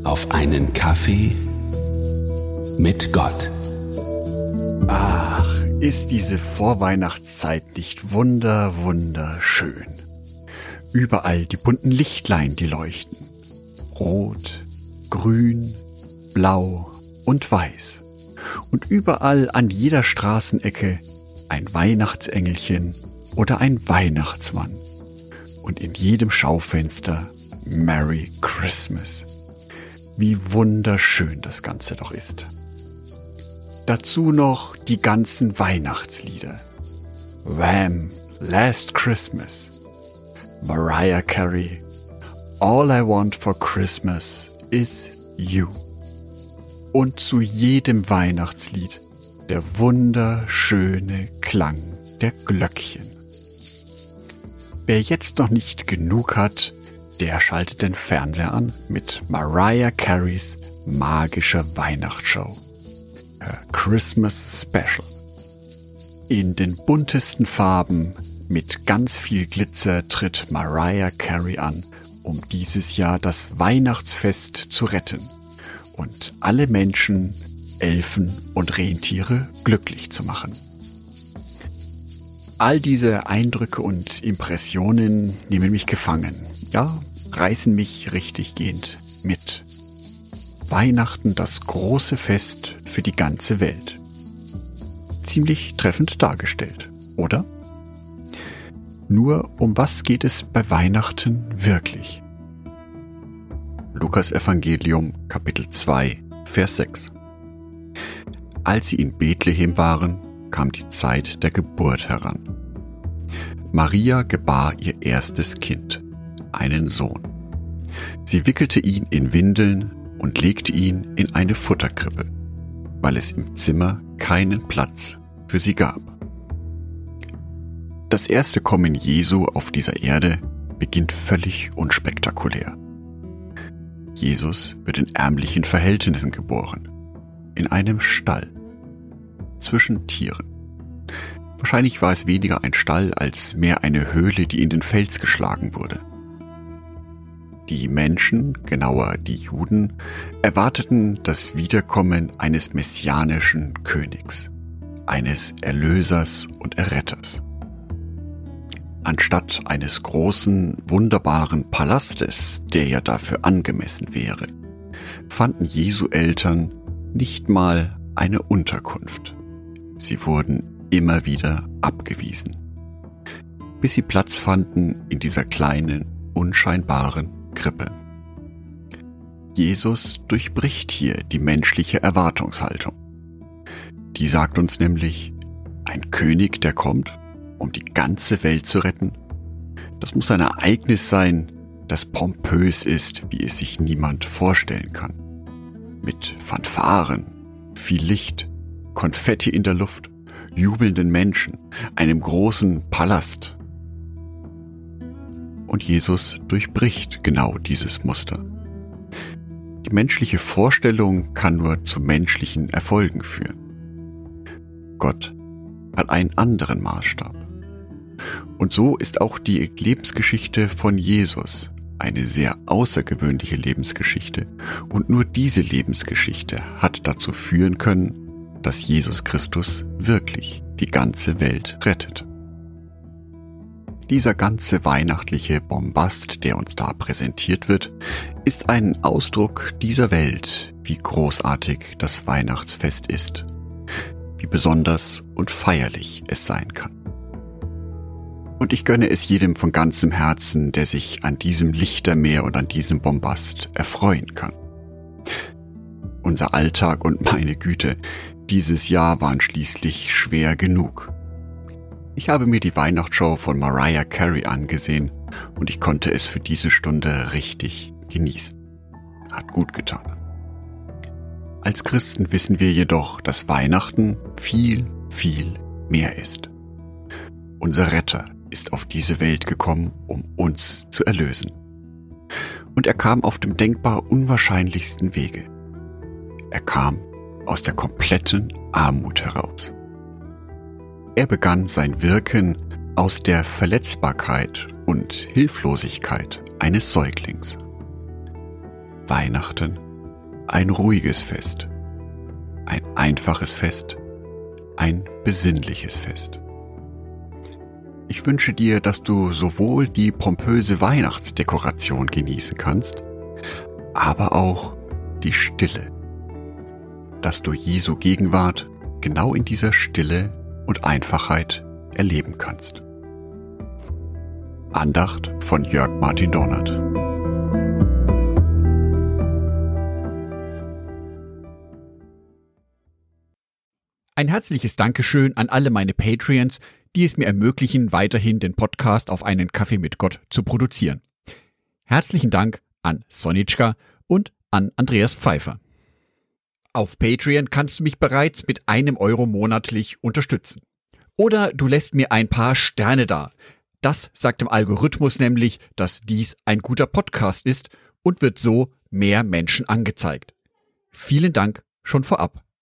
auf einen Kaffee mit Gott. Ach, ist diese Vorweihnachtszeit nicht wunderschön. Überall die bunten Lichtlein, die leuchten. Rot, grün, blau und weiß. Und überall an jeder Straßenecke ein Weihnachtsengelchen oder ein Weihnachtsmann. Und in jedem Schaufenster Merry Christmas. Wie wunderschön das Ganze doch ist. Dazu noch die ganzen Weihnachtslieder. Wham! Last Christmas. Mariah Carey. All I Want for Christmas is You. Und zu jedem Weihnachtslied der wunderschöne Klang der Glöckchen. Wer jetzt noch nicht genug hat, der schaltet den Fernseher an mit Mariah Careys magischer Weihnachtsshow. A Christmas Special. In den buntesten Farben mit ganz viel Glitzer tritt Mariah Carey an, um dieses Jahr das Weihnachtsfest zu retten und alle Menschen, Elfen und Rentiere glücklich zu machen. All diese Eindrücke und Impressionen nehmen mich gefangen, ja, reißen mich richtiggehend mit. Weihnachten, das große Fest für die ganze Welt. Ziemlich treffend dargestellt, oder? Nur um was geht es bei Weihnachten wirklich? Lukas Evangelium, Kapitel 2, Vers 6. Als sie in Bethlehem waren, kam die Zeit der Geburt heran. Maria gebar ihr erstes Kind, einen Sohn. Sie wickelte ihn in Windeln und legte ihn in eine Futterkrippe, weil es im Zimmer keinen Platz für sie gab. Das erste Kommen Jesu auf dieser Erde beginnt völlig unspektakulär. Jesus wird in ärmlichen Verhältnissen geboren, in einem Stall, zwischen Tieren. Wahrscheinlich war es weniger ein Stall als mehr eine Höhle, die in den Fels geschlagen wurde. Die Menschen, genauer die Juden, erwarteten das Wiederkommen eines messianischen Königs, eines Erlösers und Erretters. Anstatt eines großen, wunderbaren Palastes, der ja dafür angemessen wäre, fanden Jesu Eltern nicht mal eine Unterkunft. Sie wurden immer wieder abgewiesen, bis sie Platz fanden in dieser kleinen, unscheinbaren Krippe. Jesus durchbricht hier die menschliche Erwartungshaltung. Die sagt uns nämlich, ein König, der kommt, um die ganze Welt zu retten, das muss ein Ereignis sein, das pompös ist, wie es sich niemand vorstellen kann. Mit Fanfaren, viel Licht, Konfetti in der Luft, jubelnden Menschen, einem großen Palast. Und Jesus durchbricht genau dieses Muster. Die menschliche Vorstellung kann nur zu menschlichen Erfolgen führen. Gott hat einen anderen Maßstab. Und so ist auch die Lebensgeschichte von Jesus eine sehr außergewöhnliche Lebensgeschichte. Und nur diese Lebensgeschichte hat dazu führen können, dass Jesus Christus wirklich die ganze Welt rettet. Dieser ganze weihnachtliche Bombast, der uns da präsentiert wird, ist ein Ausdruck dieser Welt, wie großartig das Weihnachtsfest ist, wie besonders und feierlich es sein kann. Und ich gönne es jedem von ganzem Herzen, der sich an diesem Lichtermeer und an diesem Bombast erfreuen kann. Unser Alltag und meine Güte, dieses Jahr waren schließlich schwer genug. Ich habe mir die Weihnachtsshow von Mariah Carey angesehen und ich konnte es für diese Stunde richtig genießen. Hat gut getan. Als Christen wissen wir jedoch, dass Weihnachten viel mehr ist. Unser Retter ist auf diese Welt gekommen, um uns zu erlösen. Und er kam auf dem denkbar unwahrscheinlichsten Wege. Er kam aus der kompletten Armut heraus. Er begann sein Wirken aus der Verletzbarkeit und Hilflosigkeit eines Säuglings. Weihnachten ein ruhiges Fest, ein einfaches Fest, ein besinnliches Fest. Ich wünsche dir, dass du sowohl die pompöse Weihnachtsdekoration genießen kannst, aber auch die Stille, dass du Jesu Gegenwart genau in dieser Stille und Einfachheit erleben kannst. Andacht von Jörg Martin Dohnert. Ein herzliches Dankeschön an alle meine Patreons, die es mir ermöglichen, weiterhin den Podcast auf einen Kaffee mit Gott zu produzieren. Herzlichen Dank an Sonitschka und an Andreas Pfeiffer. Auf Patreon kannst du mich bereits mit €1 monatlich unterstützen. Oder du lässt mir ein paar Sterne da. Das sagt dem Algorithmus nämlich, dass dies ein guter Podcast ist und wird so mehr Menschen angezeigt. Vielen Dank schon vorab.